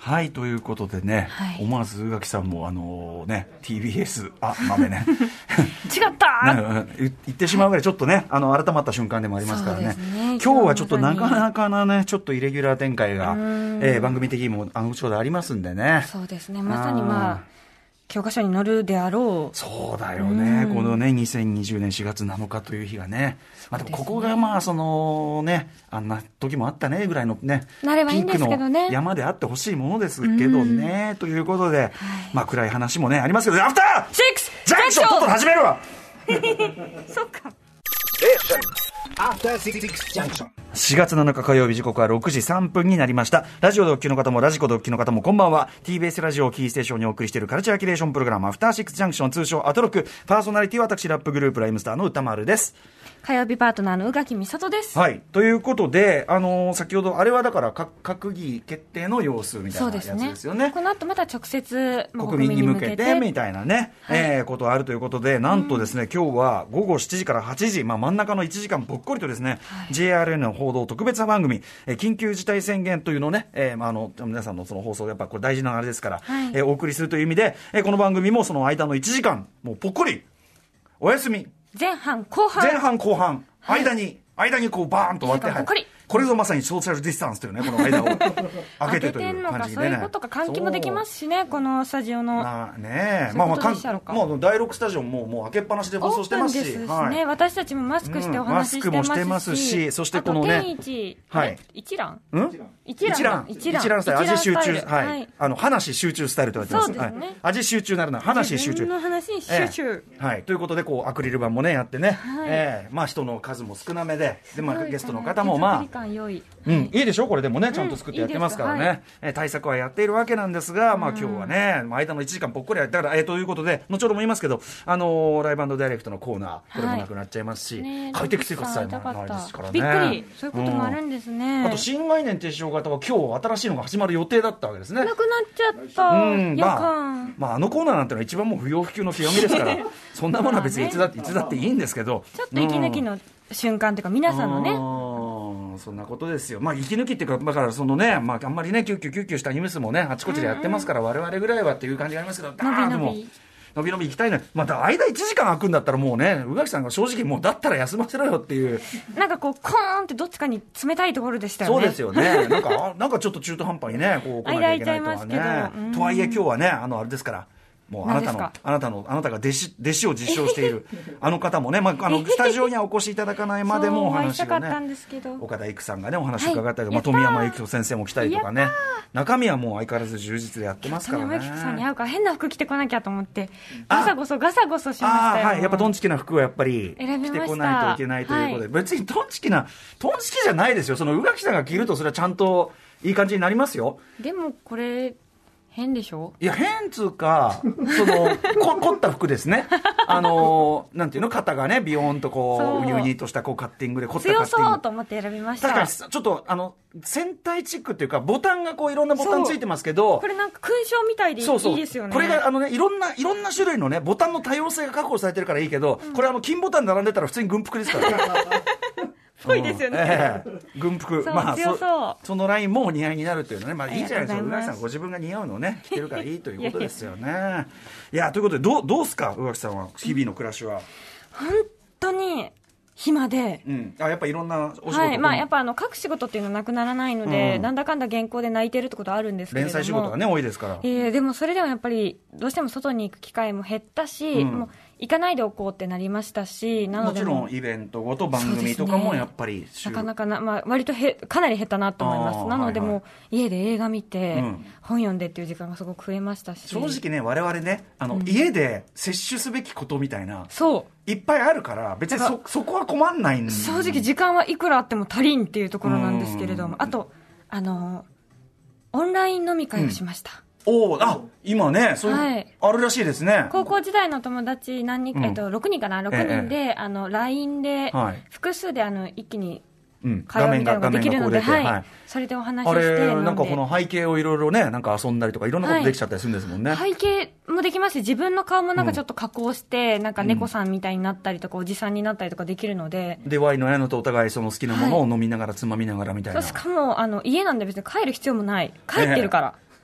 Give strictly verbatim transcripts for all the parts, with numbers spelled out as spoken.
はい、ということでね、はい、思わず宇垣さんもあのね ティービーエス あ豆ね違ったね言ってしまうぐらいちょっとねあの改まった瞬間でもありますから ね, ね今日はちょっとなかなかなねちょっとイレギュラー展開が、えー、番組的にもあのちょうどありますんでね。 そうですね、まさにまあ教科書に載るであろう。 そうだよね、このねにせんにじゅうねんしがつなのかという日がね、まあ、でもここがまあそのねあんな時もあったねぐらいのねなればいいんですけどね、 ピンクの山であってほしいものですけどね、ということで、はい、まあ暗い話もねありますけど、アフターシックスジャンクションとっとと始めるわそうかしがつなのか火曜日、時刻はろくじさんぷんになりました。ラジオでお聞きの方もラジコでお聞きの方もこんばんは。 ティービーエス ラジオをキーステーションにお送りしているカルチャーキュレーションプログラムアフターシックスジャンクション、通称アトロク。パーソナリティは私ラップグループライムスターの歌丸です。 火曜日パートナーの宇垣美里です。 はい、ということで、あのー、先ほどあれはだから閣議決定の様子みたいなやつですよね。 ね、この後また直接国民に向けてみたいなね、はい、えー、ことがあるということで、なんとですね、うん、今日はごごしちじからはちじ、まあ、真ん中のいちじかんぽっこりとですね、はい、ジェイアールエヌ の報道特別番組、えー、緊急事態宣言というのをね、えーまあ、あの皆さんのその放送でやっぱこれ大事なあれですから、はい、えー、お送りするという意味で、えー、この番組もその間のいちじかんもうぽっこりお休み、 前半後半前半後半、はい、間に間にこうバーンと割って、はい、これぞまさにソーシャルディスタンスというね、この間を開けてという感じでね。 そういうことか、換気もできますしね、このスタジオの。 まあね、まあまあ、もうだいろくスタジオももう開けっぱなしで放送してますし、 オープンですしね、はい、私たちもマスクしてお話ししてますし、うん、マスクもしてますし、 そしてこのね、 天一、 はい、 一覧、 うん、 一覧、 一覧、一覧スタイル、味集中、はい、はい、あの話集中スタイルと言われてます。そうですね、はい、味集中なるな、話集中。 自分の話に集中、 えー。はい、ということでこうアクリル板もねやってね、はい、えー、まあ人の数も少なめで、でまあゲストの方もまあ、うん、いいでしょこれでもね、ちゃんと作ってやってますからね、うん、いいはい、えー、対策はやっているわけなんですが、まあ今日はね、間のいちじかんぽっこりやったから、えー、ということで後ほども言いますけど、あのー、ライブ&ダイレクトのコーナーこれもなくなっちゃいますし、はい、ね、快適生活さえもないですからね。 びっくり、そういうこともあるんですね、 うん、あと新概念提唱型は今日新しいのが始まる予定だったわけですね。 なくなっちゃった、うん、 まあ、まああのコーナーなんてのは一番もう不要不急の極みですからそんなものは別にいつだっていつだっていいんですけど、 ちょっと息抜きの瞬間というか、皆さんのね、 そんなことですよ。まあ息抜きっていうか、だからそのね、まああんまりねキュッキュキュッキュしたニュースもねあちこちでやってますから、うんうん、我々ぐらいはっていう感じがありますけど、 伸び伸び伸び伸び行きたいね。また間いちじかん空くんだったらもうね、宇垣さんが正直もうだったら休ませろよっていう、 なんかこうコーンってどっちかに冷たいところでしたよね。 そうですよね。なんかなんかちょっと中途半端にねこう来なきゃいけないとはね。とはいえ今日はねあのあれですから。もうあなたのあなたのあなたが弟子弟子を実証しているあの方もね、まあ、あのスタジオにはお越しいただかないまでもお話がね、岡田育さんがねお話を伺ったり、はい、まあ、富山由紀子先生も来たりとかね、中身はもう相変わらず充実でやってますからね。 富山由紀子さんに会うから変な服着てこなきゃと思ってガサゴソガサゴソしましたよ。 あ、はい、やっぱトンチキな服はやっぱり着てこないといけないということで、はい、別にトンチキなトンチキじゃないですよ。その宇垣さんが着るとそれはちゃんといい感じになりますよ。 でもこれ変でしょ。 いや変つうかそのこ凝った服ですね。あのなんていうの、肩がねビヨーンとこうウニウニとしたこうカッティングで凝ったカッティング、 強そうと思って選びました。 確かにちょっとあの戦隊チックっていうかボタンがこういろんなボタンついてますけど、 これなんか勲章みたいでいいですよね。そうそう、 これがあのねいろんないろんな種類のねボタンの多様性が確保されてるからいいけど、うん、これあの金ボタン並んでたら普通に軍服ですからね。 ぽいですよね、うん、えー、軍服、まあ、そ, そのラインもお似合いになるというのね、まあ、いいじゃないですか。宇垣さんご自分が似合うのをね着てるからいいということですよね。いやいやということでどうどうすか宇垣さんは日々の暮らしは。 本当に暇で、 うん、あやっぱいろんなお仕事、 はい、まあ、やっぱあの書く仕事っていうのはなくならないので、うん、なんだかんだ原稿で泣いてるってことはあるんですけれども、 連載仕事がね多いですから、 えー、でもそれでもやっぱりどうしても外に行く機会も減ったし、うん、もう行かないでおこうってなりましたし、なので も, もちろんイベントごと番組とかもやっぱり、ね、 なかなかな、まあ、割とへかなり減ったなと思います。なのでもう、はいはい、家で映画見て、うん、本読んでっていう時間がすごく増えましたし、 正直ね我々ねあの、うん、家で摂取すべきことみたいなそういっぱいあるから別に そ, そこは困んないん。 正直時間はいくらあっても足りんっていうところなんですけれども、あとあのオンライン飲み会をしました、 うん、おあ今ねそういう、はい、あるらしいですね。 高校時代の友達何人か、うんえっと、ろくにんかなろくにんで、ええ、あの ライン で複数であの一気に会話みたいなのができるので、はいはい、それでお話しして、 あれなんかこの背景をいろいろねなんか遊んだりとかいろんなことできちゃったりするんですもんね、 はい、背景もできますし自分の顔もなんかちょっと加工して、うん、なんか猫さんみたいになったりとか、うん、おじさんになったりとかできるので、 でワイの綾乃とお互いその好きなものを飲みながらつまみながらみたいな、 はい、しかもあの家なんで別に帰る必要もない、帰ってるから、ええ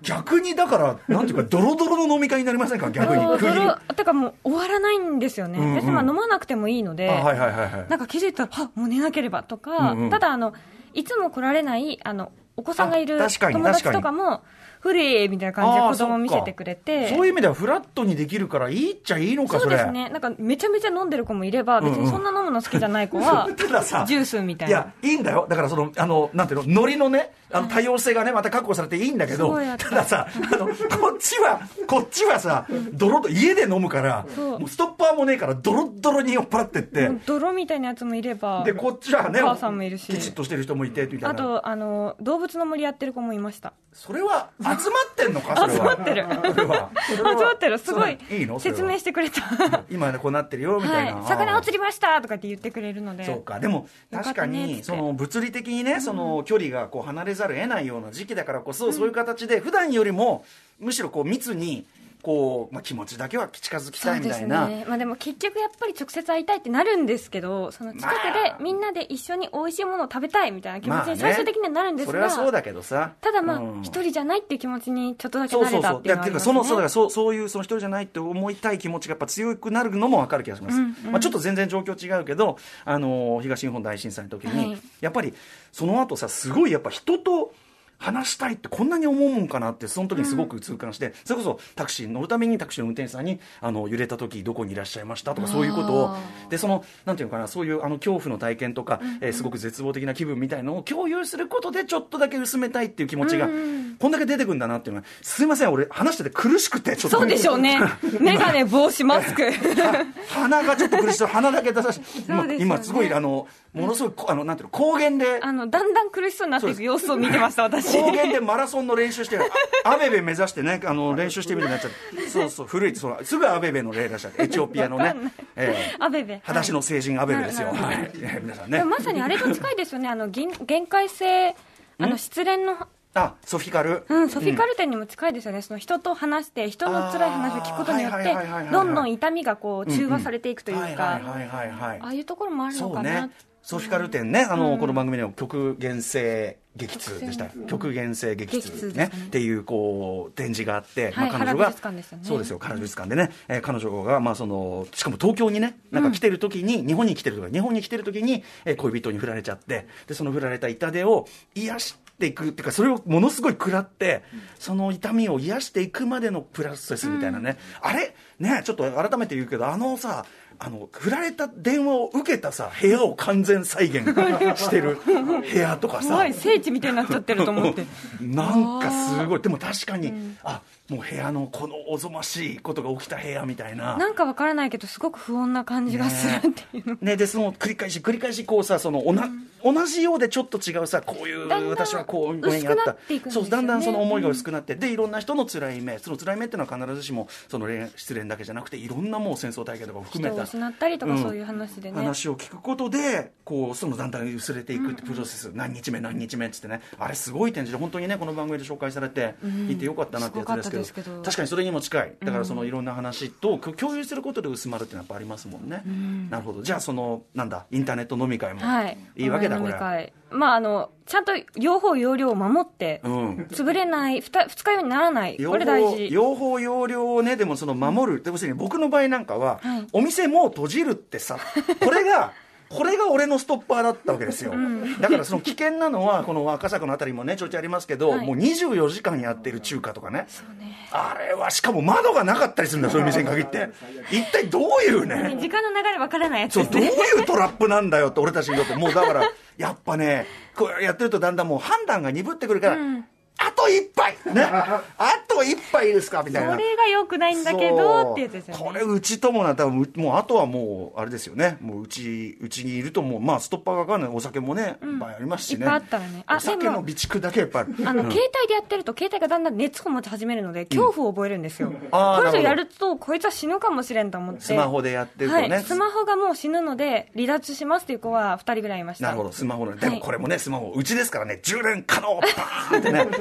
逆にだからなんていうかドロドロの飲み会になりませんか逆に。 ドロてかもう終わらないんですよね、うんうん、別にまあ飲まなくてもいいので、はいはいはいはい、なんか気づいたらはもう寝なければとか、うんうん、ただあのいつも来られないあのお子さんがいる友達とかもフリーみたいな感じで子供見せてくれて、 そういう意味ではフラットにできるからいいっちゃいいのか。それそうですね。なんかめちゃめちゃ飲んでる子もいれば、別にそんな飲むの好きじゃない子は、うんうん、たださジュースみたいな。 いやいいんだよ。だからそのあのなんていうのノリのねあの多様性がねまた確保されていいんだけど、たださあのこっちはこっちはさドロッと家で飲むからもうストッパーもねえからドロッドロに酔っ払ってって泥みたいなやつもいれば、 でこっちはねお母さんもいるしきちっとしてる人もいてみたいな。 あとあの動物の森やってる子もいました。 それは集まってんのか。それは集まってるそれは集まってる。すごい説明してくれた今ねこうなってるよみたいな、 はい、魚を釣りましたとかって言ってくれるので。 そうか。でも確かにその物理的にねその距離がこう離れざるを得ないような時期だからこそ、うん、そういう形で普段よりもむしろこう密にこう、まあ、気持ちだけは近づきたいみたいな。 そうですね。まあ、でも結局やっぱり直接会いたいってなるんですけど、その近くでみんなで一緒に美味しいものを食べたいみたいな気持ちに最終的にはなるんですが、まあね、 それはそうだけどさ、 ただまあ一、うん、人じゃないっていう気持ちにちょっとだけなれたっていうのはありますね。そうそうそう。いや、てかその、そうだからそう、そういうその一人じゃないって思いたい気持ちがやっぱ強くなるのも分かる気がします、うんうん。まあ、ちょっと全然状況違うけど、あの東日本大震災の時に、はい、やっぱりその後さすごいやっぱ人と話したいってこんなに思うもんかなってその時にすごく痛感して、うん、それこそタクシーに乗るためにタクシーの運転手さんにあの揺れた時どこにいらっしゃいましたとかそういうことをでそのなんていうのかなそういうあの恐怖の体験とか、うんうんえー、すごく絶望的な気分みたいのを共有することでちょっとだけ薄めたいっていう気持ちが、うんうん、こんだけ出てくるんだなっていうのはすいません俺話してて苦しくてちょっとそうでしょうねメガネ帽子マスク鼻がちょっと苦しい鼻だけ出さし、ね、今すごいあのものすごいあのなんていうの高原であのだんだん苦しそうになっていく様子を見てました私高原でマラソンの練習してアベベ目指してねあの練習してみるようになっちゃってそうそう古いそのすぐアベベの例出しちゃってエチオピアのね、 えー、アベベ裸足の聖人アベベですよ、はい、皆さんねまさにあれと近いですよねあの限界性あの失恋のあソフィカル、 うん、ソフィカル展にも近いですよね、うん、その人と話して人の辛い話を聞くことによってどんどん痛みがこう中和されていくというかああいうところもあるのかな。 ソフィカル展ね、あの、うん、この番組でも極限性激痛でした。極限性激痛ね、ねっていうこう展示があって、 はい、 まあ彼女が、 ね、 そうですよ、原美術館でね、えー、彼女がまあそのしかも東京にね、なんか来てる時に、うん、日本に来てるとか日本に来てる時に、えー、恋人に振られちゃって、でその振られた痛手を癒していくっていうかそれをものすごい食らって、うん、その痛みを癒していくまでのプロセスみたいなね、うん、あれねちょっと改めて言うけどあのさ。あの振られた電話を受けたさ部屋を完全再現してる部屋とかさ怖い聖地みたいになっちゃってると思ってなんかすごいでも確かに、うん、あもう部屋のこのおぞましいことが起きた部屋みたいななんかわからないけどすごく不穏な感じがするっていうね、ねでその繰り返し繰り返しこうさそのおな、うん、同じようでちょっと違うさこういう私はこういう薄くなっていくんですよね。 そうだんだんその思いが薄くなって、うん、でいろんな人の辛い目その辛い目っていうのは必ずしもその失恋だけじゃなくていろんなもう戦争体験とかを含めた人を失ったりとか、うん、そういう話でね話を聞くことでこうそのだんだん薄れていくってプロセス、うんうん、何日目何日目っつってねあれすごい展示で本当にねこの番組で紹介されていてよかったなってやつですけど、うん、すごかったですけど確かにそれにも近いだからそのいろんな話と共有することで薄まるっていうのはやっぱありますもんね、うん、なるほどじゃあそのなんだインターネット飲み会もいいわけだ、はい、これ飲み会まああのちゃんと用法用量を守って、うん、潰れないふた二日酔いにならないこれ大事用法用量をねでもその守るって要するに僕の場合なんかは、はい、お店もう閉じるってさこれがこれが俺のストッパーだったわけですよ、うん、だからその危険なのはこの赤坂のあたりもねちょいちょいありますけど、はい、もうにじゅうよじかんやってる中華とか ね, そうねあれはしかも窓がなかったりするんだよそういう店に限って一体どういうね時間の流れわからないやつですねそうどういうトラップなんだよって俺たちにとってもうだからやっぱねこうやってるとだんだんもう判断が鈍ってくるから、うんあと一杯ねあと一杯いいですかみたいなそれが良くないんだけどってやつですよねこれうちともなったらもうあとはもうあれですよねもううちうちにいるともうまあストッパーがかかんないお酒もね、うん、いっぱいありますしねいっぱいあったらねお酒の備蓄だけやっぱあるあの、うん、携帯でやってると携帯がだんだん熱を持ち始めるので恐怖を覚えるんですよ、うん、これ以上やるとこいつは死ぬかもしれんと思ってスマホでやってるとね、 はい、スマホがもう死ぬので離脱しますっていう子はふたりぐらいいましたなるほどスマホのでもこれもねスマホうちですからね充電可能パーンってね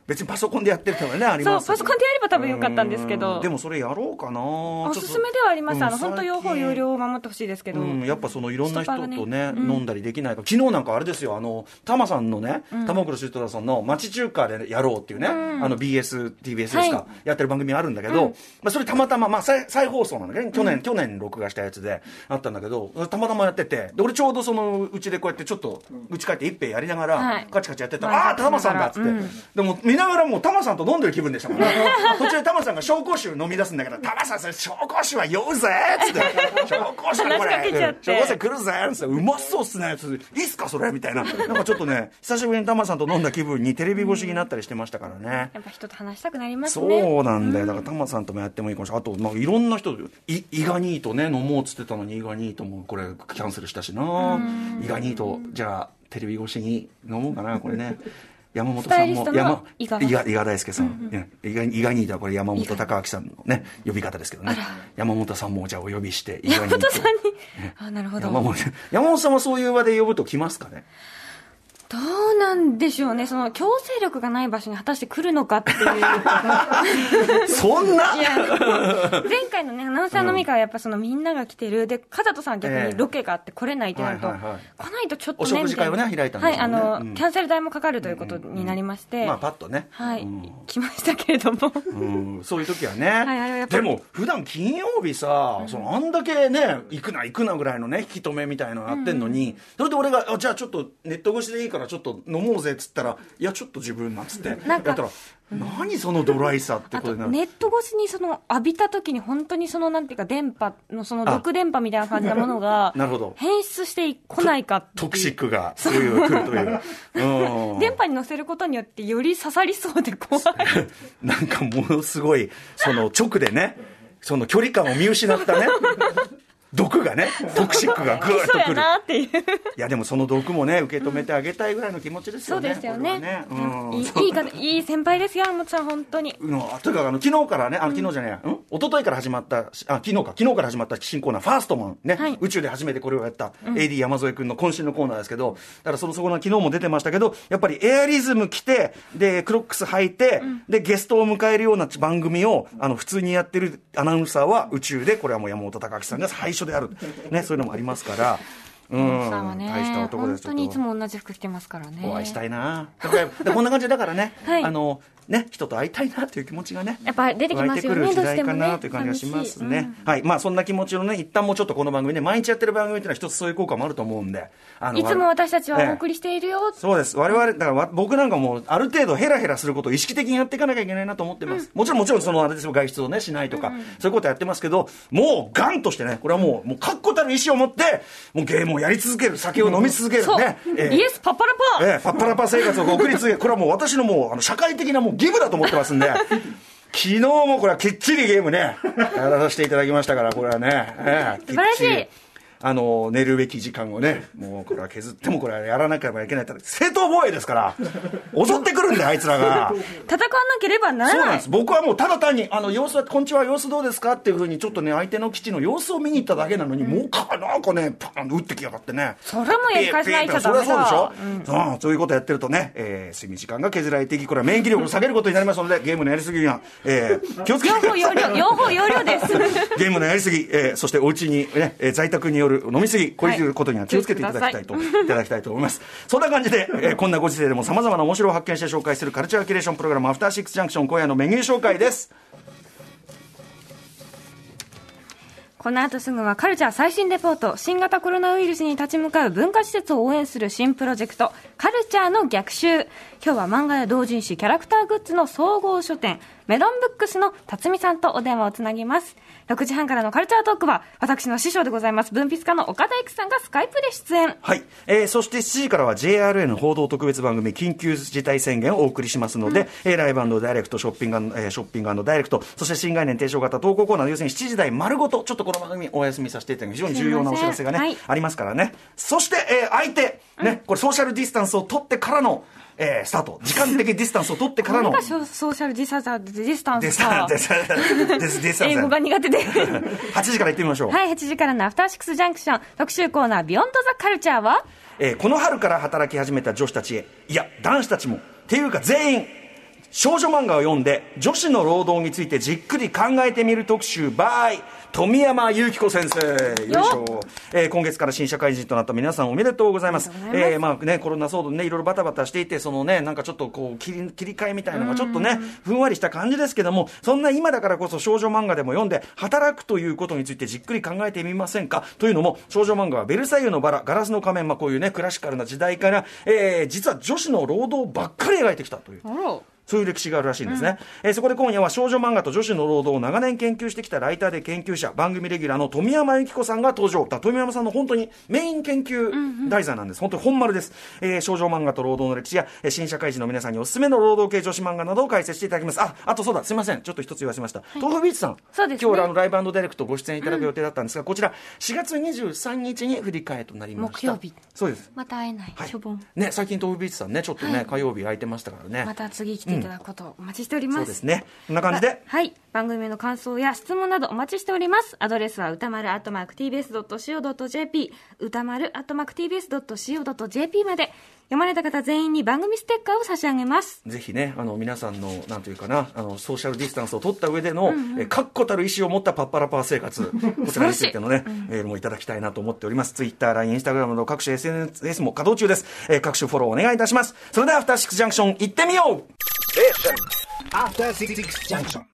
別にパソコンでやってるのはねありますそうパソコンでやれば多分よかったんですけど、 でもそれやろうかな。 おすすめではあります、うん、あの本当用法用量を守ってほしいですけど、 うん、やっぱそのいろんな人とね、ねうん、飲んだりできないか。昨日なんかあれですよ、あのタマさんのね、うん、玉黒シュートラさんの町中華でやろうっていうね、うん、あの ビーエス ティービーエス ですか、はい、やってる番組あるんだけど、うん、まあ、それたまたま、まあ、再, 再放送なんだけど、ね、去年、うん、去年録画したやつであったんだけど、たまたまやってて、で俺ちょうどそのうちでこうやってちょっとうち帰って一杯やりながら、はい、カチカチやってたら、ああタマさんだっつって、うん、でも見ながらもうタマさんと飲んでる気分でしたもんね途中でタマさんが紹興酒飲み出すんだけど、タマさんそれ紹興酒は酔うぜっつって紹興酒これ紹興酒来るぜっつって、うまそうっすねっつっていいっすかそれみたいな、なんかちょっとね久しぶりにタマさんと飲んだ気分にテレビ越しになったりしてましたからね。 やっぱ人と話したくなりますね。 そうなんだよ、だからタマさんともやってもいいかもしれない。あと、まあ、いろんな人イイガニートね飲もうっつってたのにイガニートもこれキャンセルしたしな。イガニートじゃあテレビ越しに飲もうかなこれね山本さんも山伊賀大輔さん、うんうん、伊賀伊賀ニートはこれ山本隆明さんのね呼び方ですけどね、山本さんもじゃあお呼びして伊賀ニート山本さんに、ね、あなるほど。 山本、山本さんもそういう場で呼ぶと来ますかね。 どうなんでしょうね。その強制力がない場所に果たして来るのかっていうそんないや前回のねアナウンサー飲み会はやっぱそのみんなが来てるで、風戸さん逆にロケがあって来れないってなると、えーはいはいはい、来ないとちょっとねお食事会をね開いたんですよね、 はい、あの、うん、キャンセル代もかかるということになりまして、うんうん、 まあパッとね、 はい、うん、来ましたけれども、 うん、そういう時はね、はい、あれやっぱでも普段金曜日さ、うん、そのあんだけね行くな行くなぐらいのね引き止めみたいなのやってんのに、うん、それで俺があじゃあちょっとネット越しでいいからちょっと飲もうぜっつったら、いやちょっと自分なんつってやったら、うん、何そのドライさってことになる。 ネット越しにその浴びた時に本当にそのなんていうか電波のその毒電波みたいな感じなものが変質してこないかっていうトクシックがそういう来るという電波に乗せることによってより刺さりそうで怖いなんかものすごいその直でねその距離感を見失ったね毒がねトクシックがグーッとくる。 そうやなっていう。いやでもその毒もね受け止めてあげたいぐらいの気持ちですよね。 そうですよね。ね、うん、いいいいかいい先輩ですよ山本さん本当に。 うん、というかあの昨日からねあの昨日じゃねえや、うん、一昨日から始まったあ昨日か昨日から始まった新コーナーファーストマンね、はい、宇宙で初めてこれをやった、うん、エーディー 山添君の渾身のコーナーですけど、だからそのそこの昨日も出てましたけど、やっぱりエアリズム来てでクロックス履いて、うん、でゲストを迎えるような番組をあの普通にやってるアナウンサーは宇宙でこれはもう山本隆明さんが最初である。ね、そういうのもありますから、 うん、さんはね、 大した男です。 本当にいつも同じ服着てますからね。 お会いしたいな。でこんな感じだからね、はい、あのね人と会いたいなという気持ちがね、 やっぱ出てきますよね。 湧いてくる時代かなという感じがしますね。うん、はい、まあそんな気持ちのね一旦もうちょっとこの番組ね毎日やってる番組っていうのは一つそういう効果もあると思うんで、 あのいつも私たちはお送りしているよ。 ええ、そうです。我々だから僕なんかもうある程度ヘラヘラすることを意識的にやっていかなきゃいけないなと思ってます。うん、もちろんもちろんそのあれですよ外出をねしないとか、うん、そういうことやってますけど、もうガンとしてねこれはもうもう確固たる意志を持ってもうゲームをやり続ける、酒を飲み続けるね。 うん、ええ、イエスパッパラパー。 ええ、パッパラパー生活を送り続ける。これはもう私のもうあの社会的なもう義務だと思ってますんで。昨日もこれはきっちりゲームねやらさせていただきましたから、これはね、ええ、素晴らしい。 あの寝るべき時間をねもうこれは削ってもこれはやらなければいけないって正当防衛ですから襲ってくるんであいつらが戦わなければならない。 そうなんです。僕はもうただ単にあの様子はこんにちは様子どうですかっていうふうにちょっとね相手の基地の様子を見に行っただけなのに、うん、もうかなんかねパン打ってきやがってね、 それもやり返しないとダメだ。 それはそうでしょ、うんうん、そういうことやってるとね、えー、睡眠時間が削られていきこれは免疫力を下げることになりますのでゲームのやりすぎには、えー、気をつけて両方容量両方容量ですゲームのやりすぎ、えー、そしてお家に、ね、在宅による飲みすぎこういうことには気をつけていただきたいと、はい、いただきたいと思います。そんな感じで、えー、こんなご時世でも様々な面白を発見して紹介するカルチャーキュレーションプログラムアフターシックスジャンクション、今夜のメニュー紹介です。 この後すぐはカルチャー最新レポート。新型コロナウイルスに立ち向かう文化施設を応援する新プロジェクトカルチャーの逆襲。今日は漫画や同人誌キャラクターグッズの総合書店メロンブックスの辰巳さんとお電話をつなぎます。ろくじはんからのカルチャートークは私の師匠でございます文筆家の岡田育さんがスカイプで出演。 はい、えー、そしてしちじからは ジェイアールエヌ 報道特別番組緊急事態宣言をお送りしますので、うんえー、ライブ&ダイレクトショッピング&、えー、ショッピング&ダイレクト、そして新概念提唱型投稿コーナー、要するにしちじ台丸ごとちょっとこの番組お休みさせていただき非常に重要なお知らせがね、はい、ありますからね。そして、えー、相手、ね、うん、これソーシャルディスタンスを取ってからのえー、スタート。時間的ディスタンスを取ってからの。 何がソーシャルディスタンスか。ディスタンス。ディスタンス。ディスタンス。英語が苦手で。 はちじから行ってみましょう。 はい、はちじからのアフターシックスジャンクション特集コーナービヨンドザカルチャーは、 えー、この春から働き始めた女子たちへ、いや、男子たちも、っていうか全員、 少女漫画を読んで女子の労働についてじっくり考えてみる特集 by 富山由紀子先生、よいしょ、えー、今月から新社会人となった皆さんおめでとうございます。えー、まあね、コロナ騒動でねいろいろバタバタしていて、そのねなんかちょっとこう切り、切り替えみたいなのがちょっとねふんわりした感じですけども、そんな今だからこそ少女漫画でも読んで働くということについてじっくり考えてみませんか。というのも少女漫画はベルサイユのバラ、ガラスの仮面、まあ、こういうねクラシカルな時代から、えー、実は女子の労働ばっかり描いてきたという、そういう歴史があるらしいんですね、うん、えー、そこで今夜は少女漫画と女子の労働を長年研究してきたライターで研究者、番組レギュラーの富山由紀子さんが登場。だ富山さんの本当にメイン研究題材なんです、うんうん、本当に本丸です、えー、少女漫画と労働の歴史や、えー、新社会人の皆さんにおすすめの労働系女子漫画などを解説していただきます。あ、あとそうだ、すいません、ちょっと一つ言わせました、はい、豆腐ビーツさん、 そうですね、 今日あのライブ&ディレクトご出演いただく予定だったんですが、うん、こちらしがつにじゅうさんにちに振り替えとなりました。 木曜日、 そうです、 また会えない、はい、しょぼんね、最近豆腐ビーツさんねちょっとね、はい、火曜日空いてましたからね、 また次来ていただくことをお待ちしております、うん、 そうですね、こんな感じで、 はい、番組の感想や質問などお待ちしております。アドレスは歌丸アットマーク ティービーエスドットシーオードットジェーピー 歌丸アットマーク ティービーエスドットシーオードットジェーピー まで。読まれた方全員に番組ステッカーを差し上げます。 ぜひね、あの皆さんのなんというかな、あのソーシャルディスタンスを取った上での、うんうん、え確固たる意思を持ったパッパラパー生活、こちらについてのね、うん、メールもいただきたいなと思っております。ツイッター、ライン、インスタグラムの各種 エスエヌエス も稼働中です、えー、各種フォローお願いいたします。それではアフターシックスジャンクション行ってみよう。えアフターシックスジャンクション。